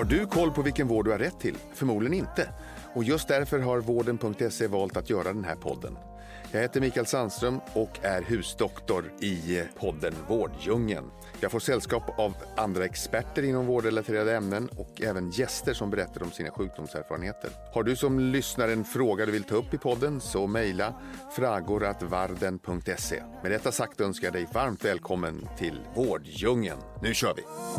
Har du koll på vilken vård du har rätt till? Förmodligen inte. Och just därför har vården.se valt att göra den här podden. Jag heter Mikael Sandström och är husdoktor i podden Vårdjungeln. Jag får sällskap av andra experter inom vårdrelaterade ämnen och även gäster som berättar om sina sjukdomserfarenheter. Har du som lyssnar en fråga du vill ta upp i podden så mejla fragor@varden.se. Med detta sagt önskar jag dig varmt välkommen till Vårdjungeln. Nu kör vi!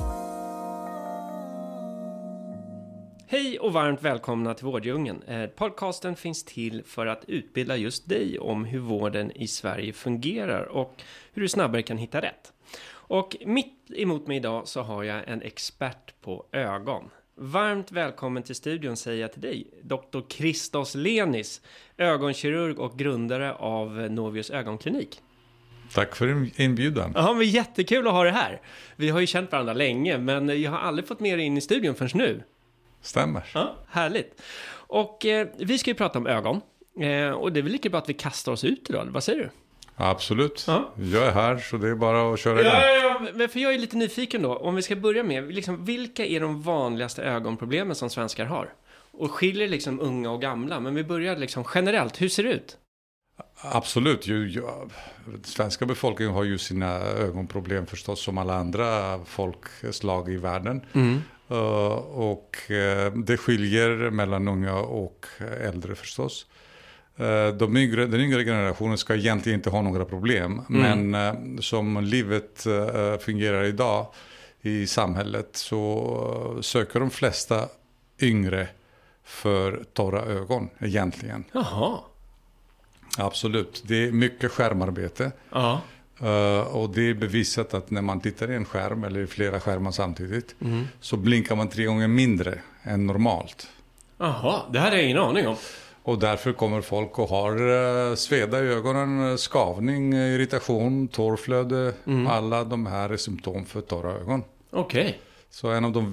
Hej och varmt välkomna till Vårdjungeln. Podcasten finns till för att utbilda just dig om hur vården i Sverige fungerar och hur du snabbare kan hitta rätt. Och mitt emot mig idag så har jag en expert på ögon. Varmt välkommen till studion säger jag till dig, Dr. Christos Lenis, ögonkirurg och grundare av Novius ögonklinik. Tack för inbjudan. Ja, men jättekul att ha det här. Vi har ju känt varandra länge, men jag har aldrig fått med dig in i studion förrän nu. Stämmer. Ja, härligt. Och vi ska ju prata om ögon. Och det är väl lika bra att vi kastar oss ut idag, vad säger du? Absolut. Ja. Jag är här så det är bara att köra igång. Ja, men för jag är lite nyfiken då. Om vi ska börja med, liksom, vilka är de vanligaste ögonproblemen som svenskar har? Och skiljer liksom unga och gamla. Men vi börjar liksom generellt, hur ser det ut? Absolut. Den svenska befolkningen har ju sina ögonproblem förstås som alla andra folkslag i världen. Mm. Och det skiljer mellan unga och äldre förstås. Den yngre generationen ska egentligen inte ha några problem. Men som livet fungerar idag i samhället så söker de flesta yngre för torra ögon egentligen. Jaha. Absolut. Det är mycket skärmarbete. Ja. Och det är bevisat att när man tittar i en skärm eller i flera skärmar samtidigt så blinkar man 3 gånger mindre än normalt. Jaha, det här är ingen aning om. Och därför kommer folk och har sveda i ögonen, skavning, irritation, tårflöde. Alla de här är symptom för torra ögon. Okej. Så en av de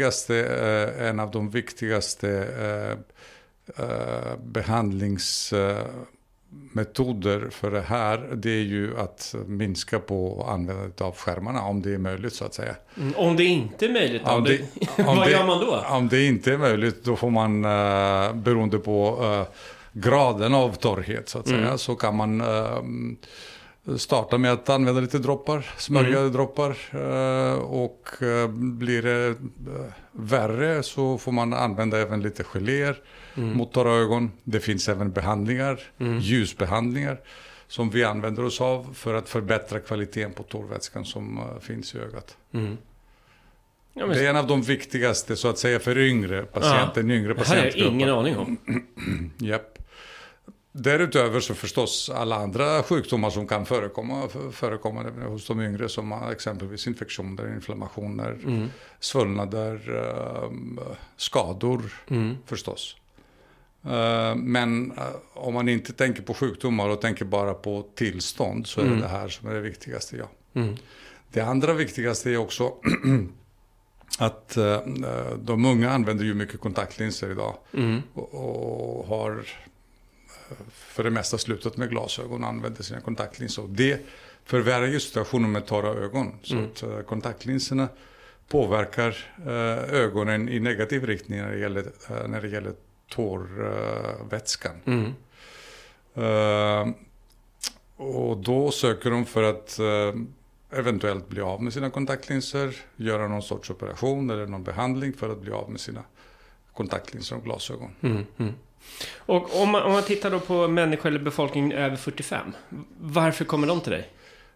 viktigaste behandlingsmetoder för det här, det är ju att minska på användandet av skärmarna om det är möjligt så att säga. Om det inte är möjligt, vad gör man då? Om det inte är möjligt då får man, beroende på graden av torrhet så att säga, så kan man starta med att använda lite droppar, smörjade droppar, och blir det värre så får man använda även lite geléer mot torra ögon. Det finns även behandlingar, ljusbehandlingar som vi använder oss av för att förbättra kvaliteten på torrvätskan som finns i ögat. Ja, det är en av de viktigaste så att säga för yngre patienter, yngre patientgrupper. Det här har jag ingen aning om. Japp. Därutöver så förstås alla andra sjukdomar som kan förekomma hos de yngre som exempelvis infektioner, inflammationer, svullnader, skador förstås. Men om man inte tänker på sjukdomar och tänker bara på tillstånd så är det här som är det viktigaste, ja. Det andra viktigaste är också att de unga använder ju mycket kontaktlinser idag och har för det mesta slutat med glasögon och använder sina kontaktlinser. Och det förvärrar ju situationen med torra ögon. Så att kontaktlinserna påverkar ögonen i negativ riktning när det gäller tårvätskan. Och då söker de för att eventuellt bli av med sina kontaktlinser, göra någon sorts operation eller någon behandling för att bli av med sina kontaktlinser och glasögon. Och om man tittar då på människor eller befolkning över 45, varför kommer de till dig?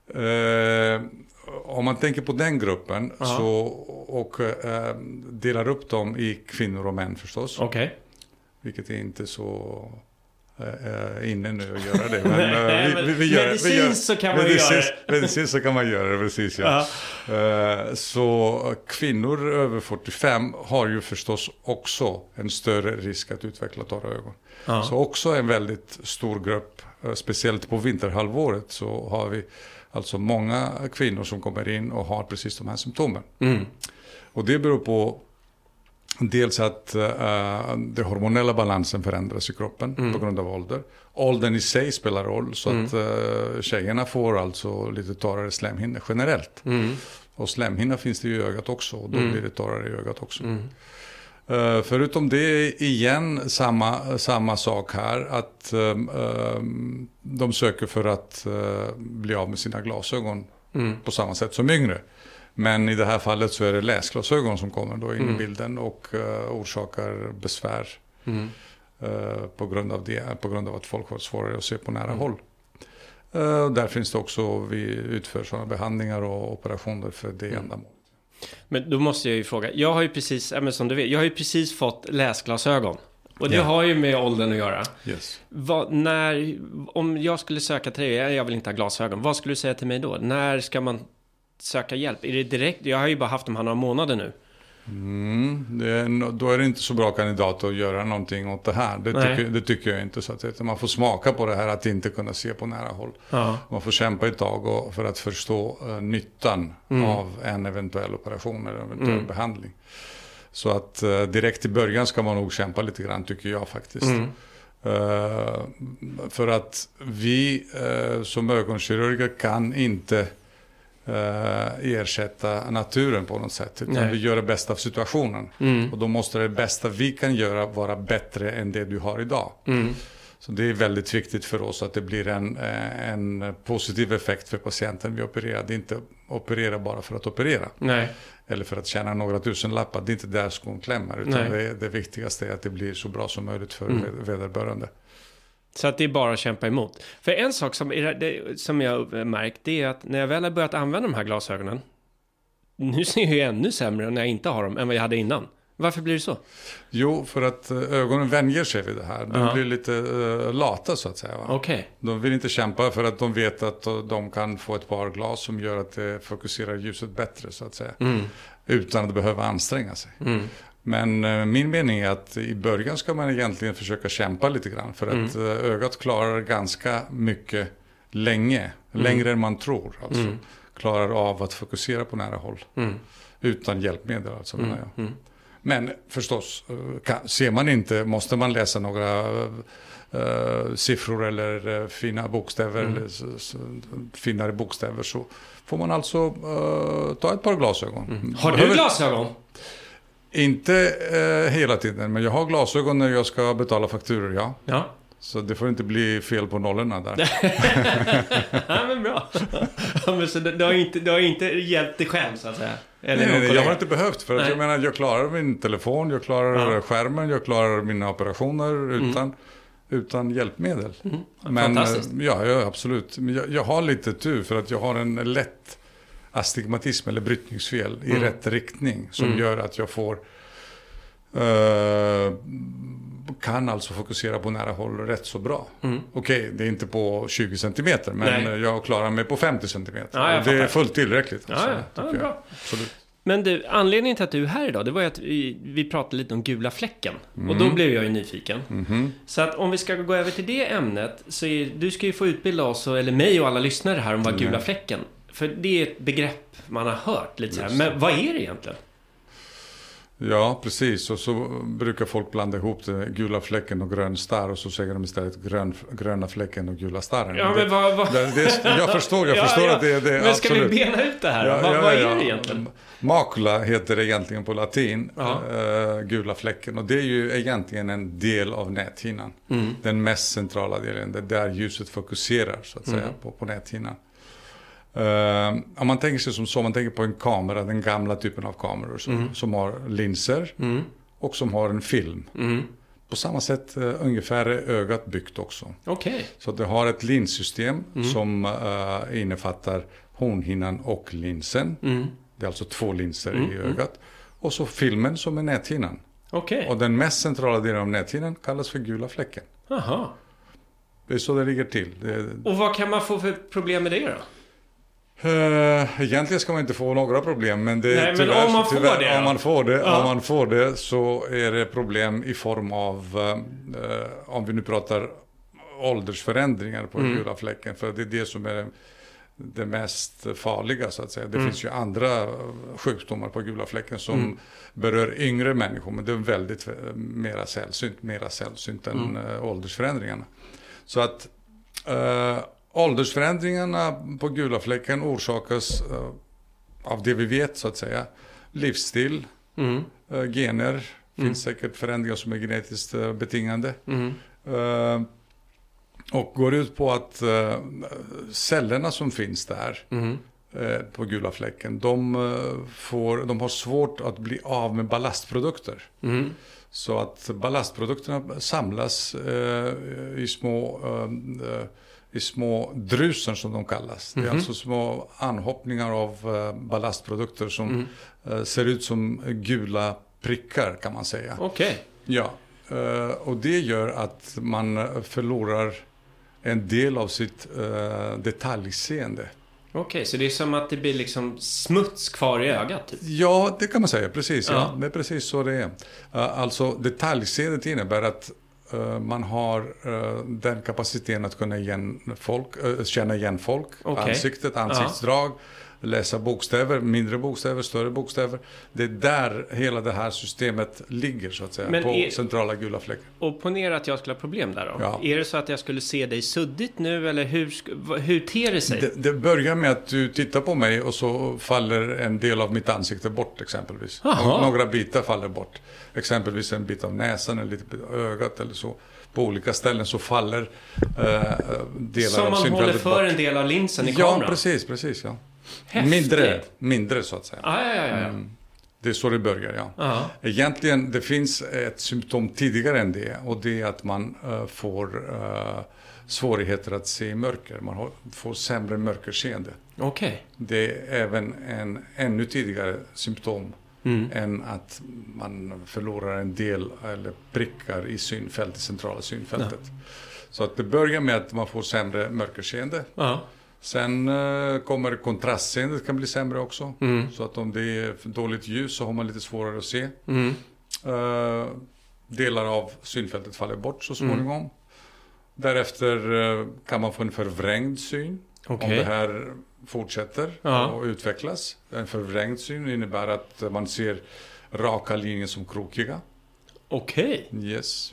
Om man tänker på den gruppen och delar upp dem i kvinnor och män förstås. Okej. Vilket är inte så inne nu att göra det. Men vi gör medicinskt så kan man göra det. Medicinskt så kan man göra det, precis. Ja. Så kvinnor över 45 har ju förstås också en större risk att utveckla torra ögon. Så också en väldigt stor grupp, speciellt på vinterhalvåret så har vi alltså många kvinnor som kommer in och har precis de här symptomen. Och det beror på dels att den hormonella balansen förändras i kroppen på grund av ålder. Åldern i sig spelar roll så att tjejerna får alltså lite torrare slemhinnor generellt. Och slemhinna finns det i ögat också, och då blir det torrare i ögat också. Förutom det igen samma sak här, att de söker för att bli av med sina glasögon på samma sätt som yngre. Men i det här fallet så är det läsglasögon som kommer då in i bilden och orsakar besvär på grund av att folk har svårare att se på nära håll. Där finns det också, vi utför sådana behandlingar och operationer för det ändamålet. Men då måste jag ju fråga, jag har ju precis, som du vet, jag har ju precis fått läsglasögon. Och det har ju med åldern att göra. Yes. Om jag skulle söka till dig, jag vill inte ha glasögon, vad skulle du säga till mig då? När ska man söka hjälp? Är det direkt? Jag har ju bara haft dem här några månader nu. Då är det inte så bra kandidat att göra någonting åt det här. Det tycker jag inte. Så att man får smaka på det här att inte kunna se på nära håll. Ja. Man får kämpa ett tag för att förstå nyttan av en eventuell operation eller eventuell behandling. Så att direkt i början ska man nog kämpa lite grann, tycker jag faktiskt. För att vi som ögonkirurger kan inte ersätta naturen på något sätt, utan vi gör det bästa av situationen. Och då måste det bästa vi kan göra vara bättre än det du har idag. Så det är väldigt viktigt för oss att det blir en positiv effekt för patienten vi opererar. Det är inte operera bara för att operera. Nej. Eller för att tjäna några tusenlappar. Det är inte där skon klämmer, utan det viktigaste är att det blir så bra som möjligt för vederbörande. Så att det är bara att kämpa emot. För en sak som jag märkt, det är att när jag väl har börjat använda de här glasögonen, nu ser jag ju ännu sämre när jag inte har dem än vad jag hade innan. Varför blir det så? Jo, för att ögonen vänjer sig vid det här. De blir lite lata så att säga. Okay. De vill inte kämpa för att de vet att de kan få ett par glas som gör att det fokuserar ljuset bättre så att säga. Utan att behöva anstränga sig. Men min mening är att i början ska man egentligen försöka kämpa lite grann. För att ögat klarar ganska mycket längre än man tror. Alltså. Klarar av att fokusera på nära håll. Utan hjälpmedel alltså menar jag. Men förstås, ser man inte, måste man läsa några siffror eller fina bokstäver eller finare bokstäver, så får man alltså ta ett par glasögon. Har du glasögon? Inte hela tiden, men jag har glasögon när jag ska betala fakturor, ja. Så det får inte bli fel på nollorna där. Ja, men bra. Men så du har inte hjälpt dig själv så att säga? Eller nej, jag har inte behövt. För att jag menar, jag klarar min telefon, jag klarar skärmen, jag klarar mina operationer utan hjälpmedel. Men ja, absolut. Jag har lite tur för att jag har en lätt astigmatism eller brytningsfel i rätt riktning som gör att jag får kan alltså fokusera på nära håll rätt så bra. Okej, det är inte på 20 centimeter, men jag klarar mig på 50 centimeter. Ja, det är fullt tillräckligt. Alltså, bra. Men du, anledningen till att du är här idag, det var ju att vi pratade lite om gula fläcken. Och då blev jag ju nyfiken. Så att om vi ska gå över till det ämnet, så du ska ju få utbilda oss, eller mig och alla lyssnare här, om vad gula fläcken. För det är ett begrepp man har hört lite så här. Men vad är det egentligen? Ja, precis. Och så brukar folk blanda ihop det, gula fläcken och grön starr, och så säger de istället gröna fläcken och gula starren. Ja, men jag förstår att det är det. Men ska vi bena ut det här? Vad är det egentligen? Macula heter det egentligen på latin, gula fläcken. Och det är ju egentligen en del av näthinnan. Den mest centrala delen, det där ljuset fokuserar så att säga på näthinnan. Om man tänker sig som så, man tänker på en kamera, den gamla typen av kameror som har linser och som har en film. På samma sätt ungefär är ögat byggt också. Okay. Så det har ett linssystem som innefattar hornhinnan och linsen. Det är alltså 2 linser i ögat. Och så filmen som är näthinnan. Okay. Och den mest centrala delen av näthinnan kallas för gula fläcken. Aha. Det är så det ligger till. Och vad kan man få för problem med det då? Egentligen ska man inte få några problem, men men om man får det så är det problem i form av om vi nu pratar åldersförändringar på den gula fläcken, för det är det som är det mest farliga så att säga. Det finns ju andra sjukdomar på gula fläcken som berör yngre människor, men det är väldigt mera sällsynt än åldersförändringarna. Så att åldersförändringarna på gula fläcken orsakas av det vi vet så att säga. Livsstil, gener, finns säkert förändringar som är genetiskt betingande. Och går ut på att cellerna som finns där på gula fläcken, de har svårt att bli av med ballastprodukter. Så att ballastprodukterna samlas i små drusen som de kallas. Det är alltså små anhoppningar av ballastprodukter som ser ut som gula prickar kan man säga. Okej. Ja, och det gör att man förlorar en del av sitt detaljseende. Okej, så det är som att det blir liksom smuts kvar i ögat? Typ. Ja, det kan man säga, precis. Ja. Det är precis så det är. Alltså detaljseendet innebär att man har den kapaciteten att kunna känna igen folk, ansiktet, ansiktsdrag, läsa bokstäver, mindre bokstäver, större bokstäver. Det är där hela det här systemet ligger så att säga, på centrala gula fläckar. Och ponera att jag skulle ha problem där då. Ja. Är det så att jag skulle se dig suddigt nu eller hur ter det sig? Det börjar med att du tittar på mig och så faller en del av mitt ansikte bort exempelvis. Några bitar faller bort. Exempelvis en bit av näsan, en liten bit av ögat eller så. På olika ställen så faller delar som av synfältet bort. Som man håller för en del av linsen i kameran? Ja, precis, ja. Häftigt. Mindre så att säga. Ja. Det är så det börjar, ja. Egentligen, det finns ett symptom tidigare än det. Och det är att man får svårigheter att se i mörker. Man får sämre mörkerseende. Okej. Det är även en ännu tidigare symptom än att man förlorar en del eller prickar i synfält, i centrala synfältet. Ja. Så att det börjar med att man får sämre mörkerseende. Ja. Sen kommer kontrastseendet kan bli sämre också. Så att om det är för dåligt ljus så har man lite svårare att se. Delar av synfältet faller bort så småningom. Därefter kan man få en förvrängd syn. Om det här fortsätter och utvecklas. En förvrängd syn innebär att man ser raka linjer som krokiga. Okej. Yes.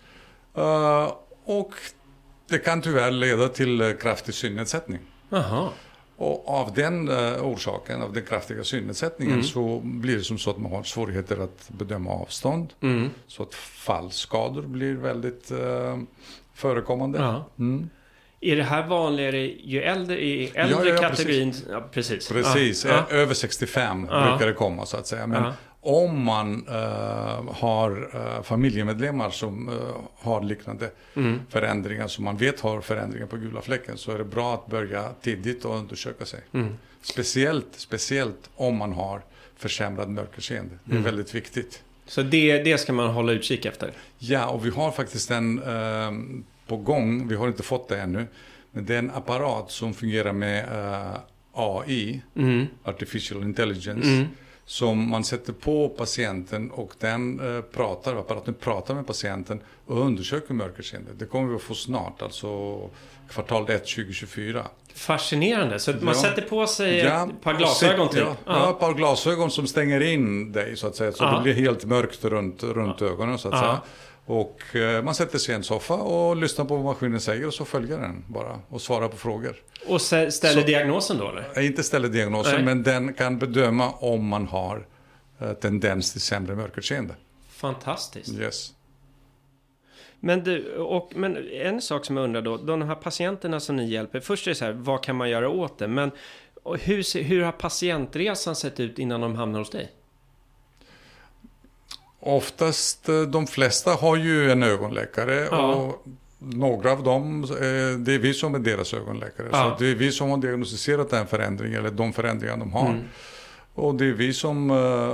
Och det kan tyvärr leda till kraftig synnedsättning. Aha. Och av den orsaken, av den kraftiga synnedsättningen så blir det som så att man har svårigheter att bedöma avstånd. Så att fallskador blir väldigt förekommande. Är det här vanligare ju äldre kategorin? Precis. Ja, precis. Precis. Över 65 brukar det komma så att säga. Men om man har familjemedlemmar som har liknande förändringar som man vet har förändringar på gula fläcken så är det bra att börja tidigt och undersöka sig. Speciellt om man har försämrad mörkerseende. Det är väldigt viktigt. Så det ska man hålla utkik efter? Ja, och vi har faktiskt en på gång, vi har inte fått det ännu, men det är en apparat som fungerar med AI, Artificial Intelligence, som man sätter på patienten och apparaten pratar med patienten och undersöker mörkerseende. Det kommer vi att få snart, alltså kvartal 1 2024. Fascinerande, så man sätter på sig ett par glasögon till? Ja, ett par glasögon som stänger in dig så att säga, så det blir helt mörkt runt ögonen så att säga. Och man sätter sig i en soffa och lyssnar på vad maskinen säger och så följer den bara och svarar på frågor. Och ställer diagnosen då eller? Inte ställer diagnosen, men den kan bedöma om man har tendens till sämre mörkerseende. Fantastiskt. Yes. Men en sak som jag undrar då, de här patienterna som ni hjälper, först är det så här, vad kan man göra åt det? Men hur har patientresan sett ut innan de hamnar hos dig? Oftast, de flesta har ju en ögonläkare och några av dem, det är vi som är deras ögonläkare. Så det är vi som har diagnostiserat den förändringen eller de förändringar de har. Och det är vi som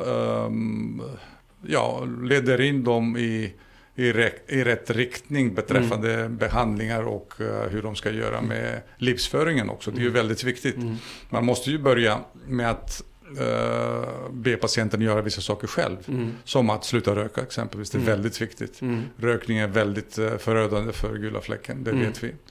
leder in dem i rätt riktning beträffande behandlingar och hur de ska göra med livsföringen också. Det är ju väldigt viktigt. Man måste ju börja med att be patienten göra vissa saker själv. Som att sluta röka exempelvis. Det är väldigt viktigt. Rökning är väldigt förödande för gula fläcken. Det vet vi.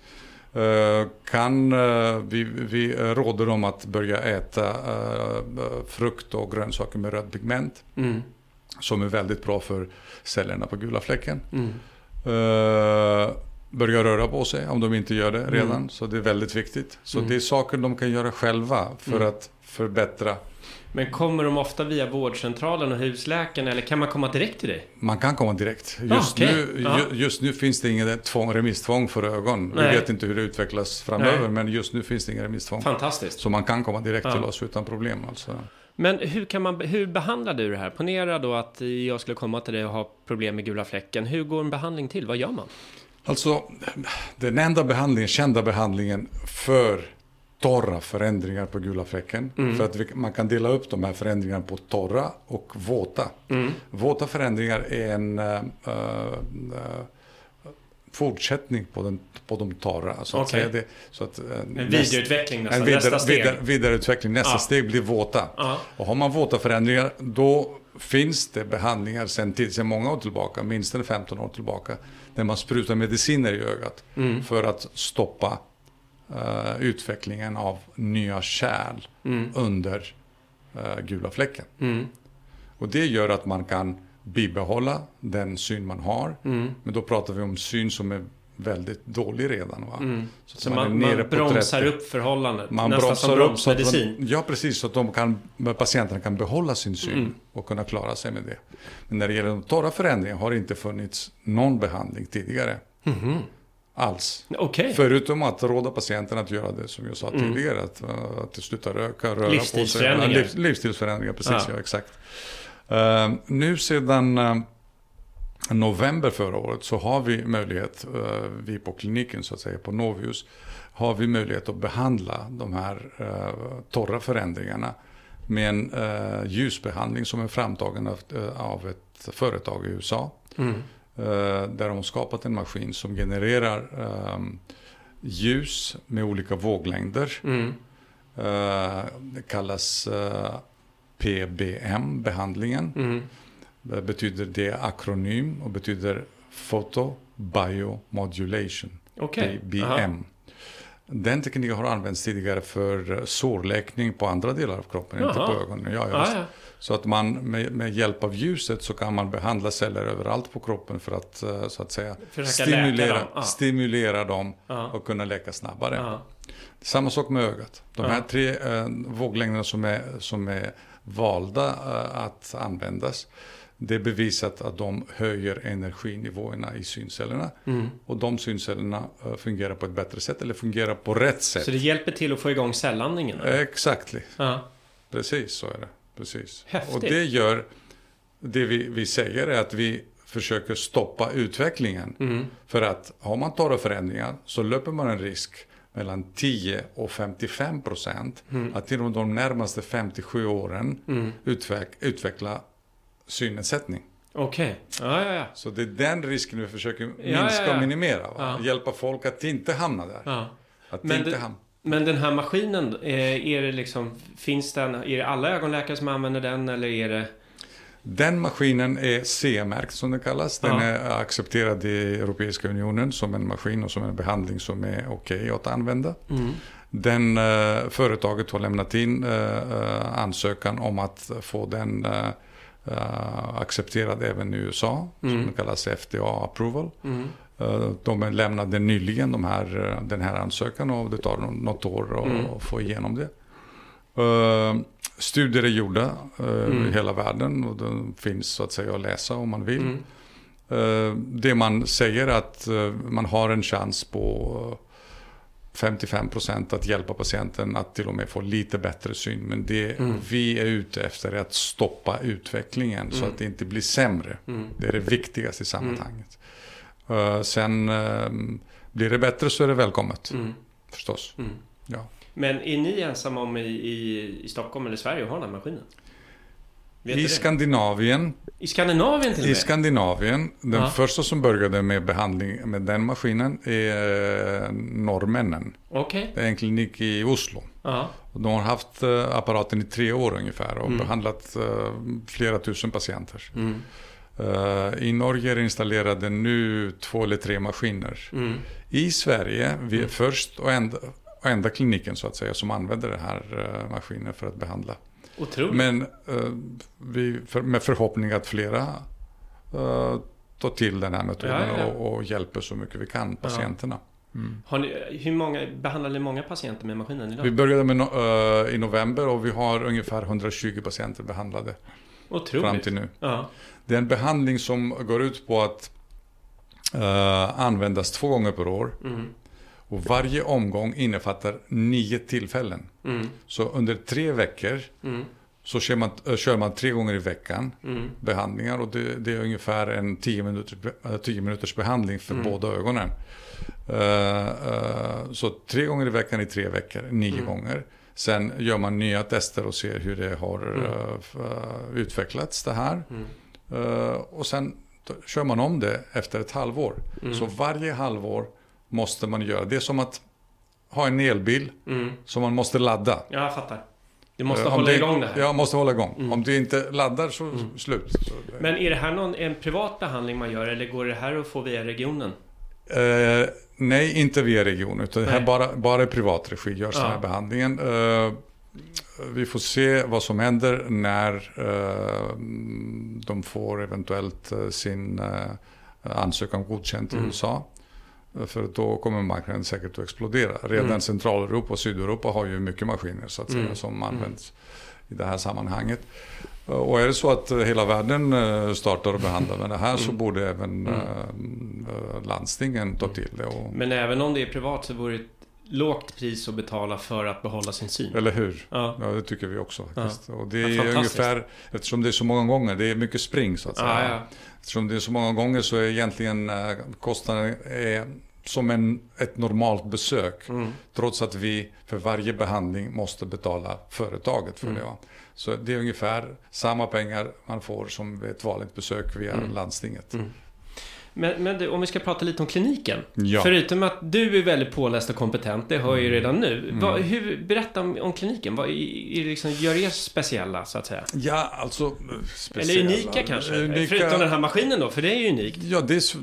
Vi råder dem att börja äta frukt och grönsaker med röd pigment. Som är väldigt bra för cellerna på gula fläcken. börja röra på sig om de inte gör det redan. Så det är väldigt viktigt. Så det är saker de kan göra själva för att förbättra. Men kommer de ofta via vårdcentralen och husläkaren eller kan man komma direkt till dig? Man kan komma direkt. Just nu finns det inget remisstvång för ögon. Vi vet inte hur det utvecklas framöver, men just nu finns det inget remisstvång. Fantastiskt. Så man kan komma direkt till oss utan problem. Alltså. Men hur behandlar du det här? Ponera då att jag skulle komma till dig och ha problem med gula fläcken. Hur går en behandling till? Vad gör man? Alltså, den enda kända behandlingen för torra förändringar på gula fläcken. För att man kan dela upp de här förändringarna på torra och våta. Våta förändringar är en fortsättning på de torra. Så att säga det, så att, en vidareutveckling nästa steg. Vidareutveckling, nästa steg blir våta. Och har man våta förändringar, då finns det behandlingar sedan många år tillbaka, minst 15 år tillbaka, där man sprutar mediciner i ögat för att stoppa utvecklingen av nya kärl under gula fläcken. Och det gör att man kan bibehålla den syn man har. Men då pratar vi om syn som är väldigt dålig redan. Va? Så man bromsar upp förhållandet. Man nästan bromsar som bromsmedicin. Ja, precis. Så att patienterna kan behålla sin syn och kunna klara sig med det. Men när det gäller de torra förändringarna har det inte funnits någon behandling tidigare. Alls. Okay. Förutom att råda patienterna att göra det som jag sa tidigare. Att sluta röka, röra på sig. Livsstilsförändringar, precis. Ja, exakt. Nu sedan november förra året så har vi möjlighet, vi på kliniken så att säga, på Novius, har vi möjlighet att behandla de här torra förändringarna med en ljusbehandling som är framtagen av ett företag i USA. Där de har skapat en maskin som genererar ljus med olika våglängder. Det kallas PBM-behandlingen. Det betyder det akronym och betyder Photobiomodulation. PBM. Den tekniken har använts tidigare för sårläkning på andra delar av kroppen, inte på ögonen. Ja. Så att man med hjälp av ljuset så kan man behandla celler överallt på kroppen för att så att säga stimulera dem och kunna läka snabbare. Samma sak med ögat. De här 3 våglängderna som är valda att användas, det är bevisat att de höjer energinivåerna i syncellerna. Och de syncellerna fungerar på ett bättre sätt eller fungerar på rätt sätt. Så det hjälper till att få igång cellandningen? Exakt. Precis, så är det. Precis. Häftigt. Och det gör, det vi säger är att vi försöker stoppa utvecklingen. För att har man torra förändringar så löper man en risk mellan 10 och 55% att inom de närmaste 57 åren utveckla synnedsättning. Okej. Ja. Så det är den risken vi försöker minska och minimera. Hjälpa folk att inte hamna där. Men den här maskinen, är det liksom, finns den, är det alla ögonläkare som använder den eller är det? Den maskinen är CE-märkt som det kallas. Den är accepterad i Europeiska unionen som en maskin och som en behandling som är okej att använda. Den företaget har lämnat in ansökan om att få den accepterad även i USA som det kallas FDA approval. De lämnade nyligen den här ansökan och det tar något år att få igenom det. Studier är gjorda i hela världen och de finns så att säga att läsa om man vill. Det man säger att man har en chans på 55% att hjälpa patienten att till och med få lite bättre syn. Men det vi är ute efter är att stoppa utvecklingen så att det inte blir sämre. Det är det viktigaste i sammanhanget. Sen blir det bättre så är det välkommet förstås. Ja. Men är ni ensamma om i Stockholm eller Sverige att ha den här maskinen? I Skandinavien. I Skandinavien till och med? I Skandinavien. Den första som började med behandling med den maskinen är norrmännen. Okej. Det är en klinik i Oslo. Och de har haft apparaten i 3 år ungefär och behandlat flera tusen patienter. I Norge är installerade nu 2 eller 3 maskiner. I Sverige, vi är först och enda kliniken så att säga som använder den här maskinen för att behandla. Otroligt. Men med förhoppning att flera ta till den här metoden och hjälper så mycket vi kan patienterna. Behandlar ni många patienter med maskinen idag? Vi började i november och vi har ungefär 120 patienter behandlade. Otroligt. Fram till nu. Ja. Det är en behandling som går ut på att användas 2 gånger per år. Och varje omgång innefattar 9 tillfällen. Så under 3 veckor så kör man 3 gånger i veckan behandlingar. Och det är ungefär en 10 minuters behandling för båda ögonen. Så 3 gånger i veckan i 3 veckor, 9 gånger. Sen gör man nya tester och ser hur det har utvecklats det här. Och sen kör man om det efter ett halvår. Så varje halvår måste man göra. Det är som att ha en elbil som man måste ladda. Ja, jag fattar. Du måste hålla igång det här. Ja, måste hålla igång. Om du inte laddar så slut. Men är det här en privat behandling man gör eller går det här att få via regionen? Nej, inte via regionen. Utan det här bara i privat regi görs den här behandlingen. Vi får se vad som händer när de får eventuellt sin ansökan godkänt i USA. För då kommer marknaden säkert att explodera. Redan Centraleuropa och Sydeuropa har ju mycket maskiner så att säga, som används i det här sammanhanget. Och är det så att hela världen startar och behandlar med det här så borde även landstingen ta till det. Men även om det är privat så vore det ett lågt pris att betala för att behålla sin syn. Eller hur? Ja, det tycker vi också faktiskt. Och det är ungefär, eftersom det är så många gånger, det är mycket spring så att säga. Eftersom det är så många gånger så är egentligen kostnaden som ett normalt besök. Trots att vi för varje behandling måste betala företaget för det. Så det är ungefär samma pengar man får som ett vanligt besök via landstinget. Men om vi ska prata lite om kliniken. Ja. Förutom att du är väldigt påläst och kompetent, det hör jag ju redan nu. Berätta om kliniken. Vad är liksom, gör er speciella så att säga? Ja, alltså speciella. Eller unika kanske. Förutom den här maskinen då, för det är ju unikt. Ja,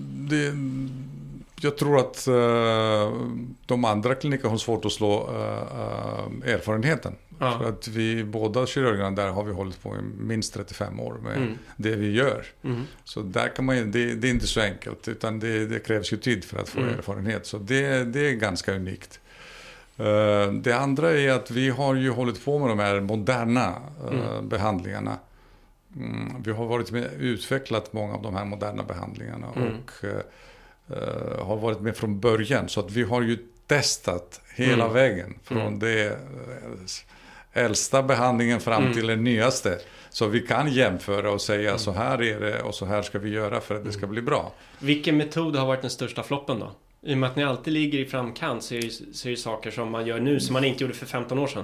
jag tror att de andra klinikerna har svårt att slå erfarenheten. För att vi båda kirurgerna där har vi hållit på i minst 35 år med det vi gör. Så där kan man det är inte så enkelt utan det krävs ju tid för att få erfarenhet. Så det är ganska unikt. Det andra är att vi har ju hållit på med de här moderna behandlingarna. Vi har varit med utvecklat många av de här moderna behandlingarna och har varit med från början. Så att vi har ju testat hela vägen från det äldsta behandlingen fram till den nyaste. Så vi kan jämföra och säga så här är det och så här ska vi göra för att det ska bli bra. Vilken metod har varit den största floppen då? I och med att ni alltid ligger i framkant så är det saker som man gör nu som man inte gjorde för 15 år sedan.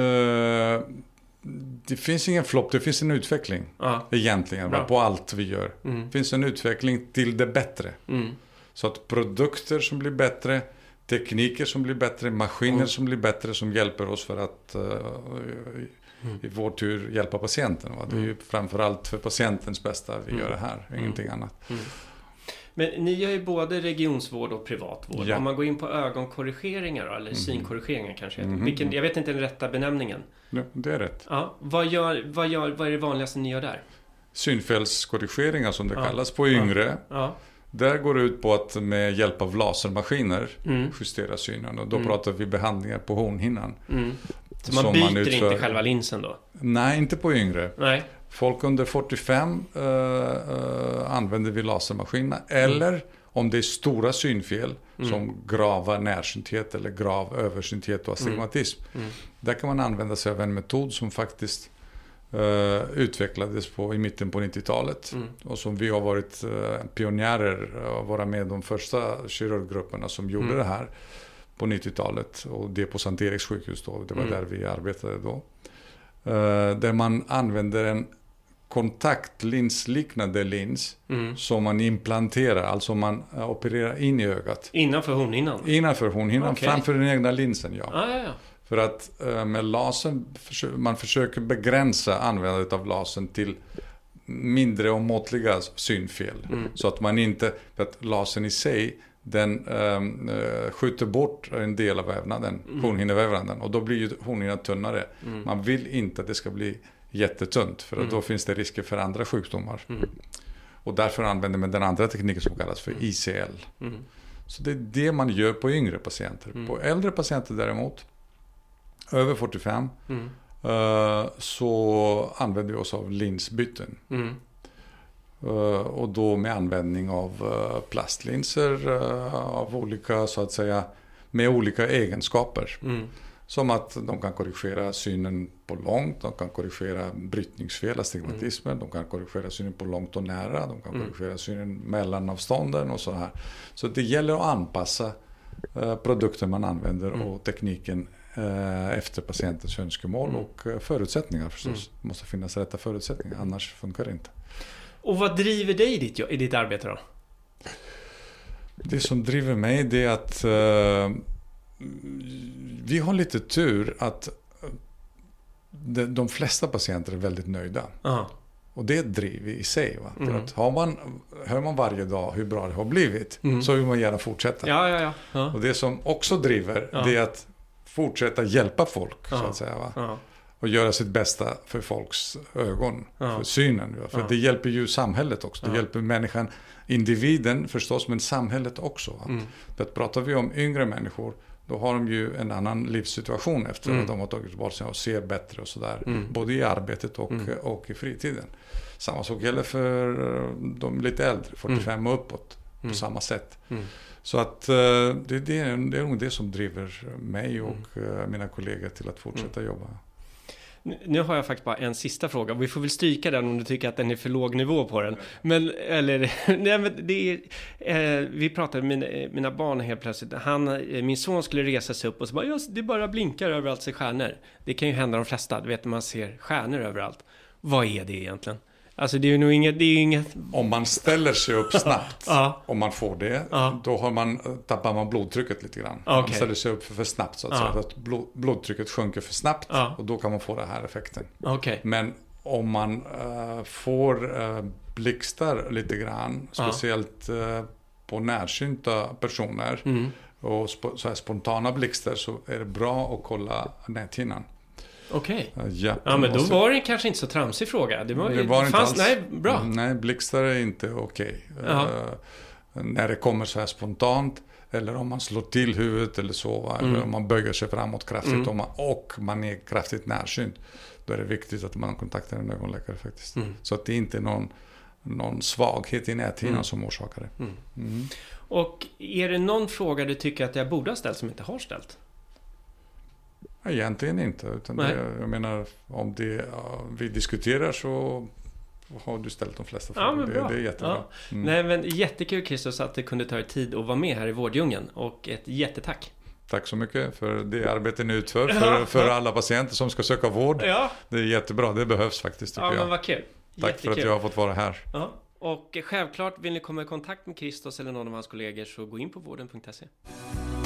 Det finns ingen flopp, det finns en utveckling egentligen på allt vi gör. Det finns en utveckling till det bättre. Så att produkter som blir bättre, tekniker som blir bättre, maskiner som blir bättre som hjälper oss för att i vår tur hjälpa patienten. Det är ju framförallt för patientens bästa vi gör det här, ingenting annat. Men ni gör ju både regionsvård och privatvård. Ja. Om man går in på ögonkorrigeringar eller synkorrigeringar kanske. Jag vet inte den rätta benämningen. Ja, det är rätt. Ja, vad är det vanligaste ni gör där? Synfelskorrigeringar som det kallas på yngre. Där går det ut på att med hjälp av lasermaskiner justera synen. Och då pratar vi behandlingar på hornhinnan. Så man byter inte själva linsen då? Nej, inte på yngre. Nej. Folk under 45 använder vi lasermaskinerna. Eller om det är stora synfel som grava närsynthet eller grav översynthet och astigmatism. Där kan man använda sig av en metod som faktiskt utvecklades i mitten på 90-talet och som vi har varit pionjärer och vara med de första kirurggrupperna som gjorde det här på 90-talet och det på Sankt Eriks sjukhus då, det var där vi arbetade då. Där man använder en kontaktlinsliknande lins som man implanterar, alltså man opererar in i ögat. Innanför hornhinnan? Innanför hornhinnan, framför den egna linsen, ja. För att med lasern, man försöker begränsa användandet av lasern till mindre och måttliga synfel. Så att man inte, för att lasern i sig, den skjuter bort en del av vävnaden, hornhinnevävnaden. Och då blir ju hornhinnan tunnare. Man vill inte att det ska bli jättetunt, för att då finns det risker för andra sjukdomar. Och därför använder man den andra tekniken som kallas för ICL. Så det är det man gör på yngre patienter. På äldre patienter däremot, över 45, så använder vi oss av linsbyten. Och då med användning av plastlinser av olika, så att säga, med olika egenskaper. Som att de kan korrigera synen på långt, de kan korrigera brytningsfel, astigmatismen, de kan korrigera synen på långt och nära, de kan korrigera synen mellan avstånden och så här. Så det gäller att anpassa produkten man använder och tekniken efter patientens önskemål och förutsättningar förstås. Det måste finnas rätta förutsättningar, annars funkar det inte. Och vad driver dig i ditt arbete då? Det som driver mig, det är att vi har lite tur att de flesta patienter är väldigt nöjda. Och det driver i sig. Va? För att hör man varje dag hur bra det har blivit, så vill man gärna fortsätta. Ja. Och det som också driver, det är att fortsätta hjälpa folk, så att säga. Va? Och göra sitt bästa för folks ögon, för synen. Va? För det hjälper ju samhället också. Det hjälper människan, individen förstås, men samhället också. Va? För att pratar vi om yngre människor, då har de ju en annan livssituation efter att de har tagit bort sig och ser bättre och sådär. Både i arbetet och i fritiden. Samma sak gäller för de lite äldre, 45 och uppåt, på samma sätt. Så att det är nog det som driver mig och mina kollegor till att fortsätta jobba. Nu har jag faktiskt bara en sista fråga. Vi får väl stryka den om du tycker att den är för låg nivå på den. Men det är, vi pratade med mina barn helt plötsligt. Min son skulle resa sig upp och så bara, det bara blinkar överallt sig stjärnor. Det kan ju hända de flesta, du vet, när man ser stjärnor överallt. Vad är det egentligen? Alltså det är nog inget... Om man ställer sig upp snabbt, om man får det, då tappar man blodtrycket lite grann. Okay. Man ställer sig upp för snabbt, så att säga, att blodtrycket sjunker för snabbt, och då kan man få den här effekten. Okay. Men om man får blixtar lite grann, speciellt på närsynta personer, och så här spontana blixtar, så är det bra att kolla näthinnan. Okej. Ja, men då var det kanske inte så tramsig fråga. Det var inte alls. Nej, bra. Nej, blixtar är inte okej. När det kommer så här spontant, eller om man slår till huvudet eller så, eller om man böjer sig framåt kraftigt och man är kraftigt närsynt, då är det viktigt att man kontaktar en ögonläkare faktiskt. Så att det inte är någon svaghet i näthinnan som orsakar det. Och är det någon fråga du tycker att jag borde ha ställt som inte har ställt? Egentligen inte, utan jag menar, om det vi diskuterar så har du ställt de flesta frågor. Det är jättebra. Nej, men jättekul, Christos, att du kunde ta dig tid att vara med här i Vårdjungeln, och ett jättetack. Tack så mycket för det arbete ni utför för alla patienter som ska söka vård. Det är jättebra, det behövs faktiskt, tycker jag. Men vad kul. Tack för att jag har fått vara här. Och självklart, vill ni komma i kontakt med Christos eller någon av hans kollegor, så gå in på vården.se.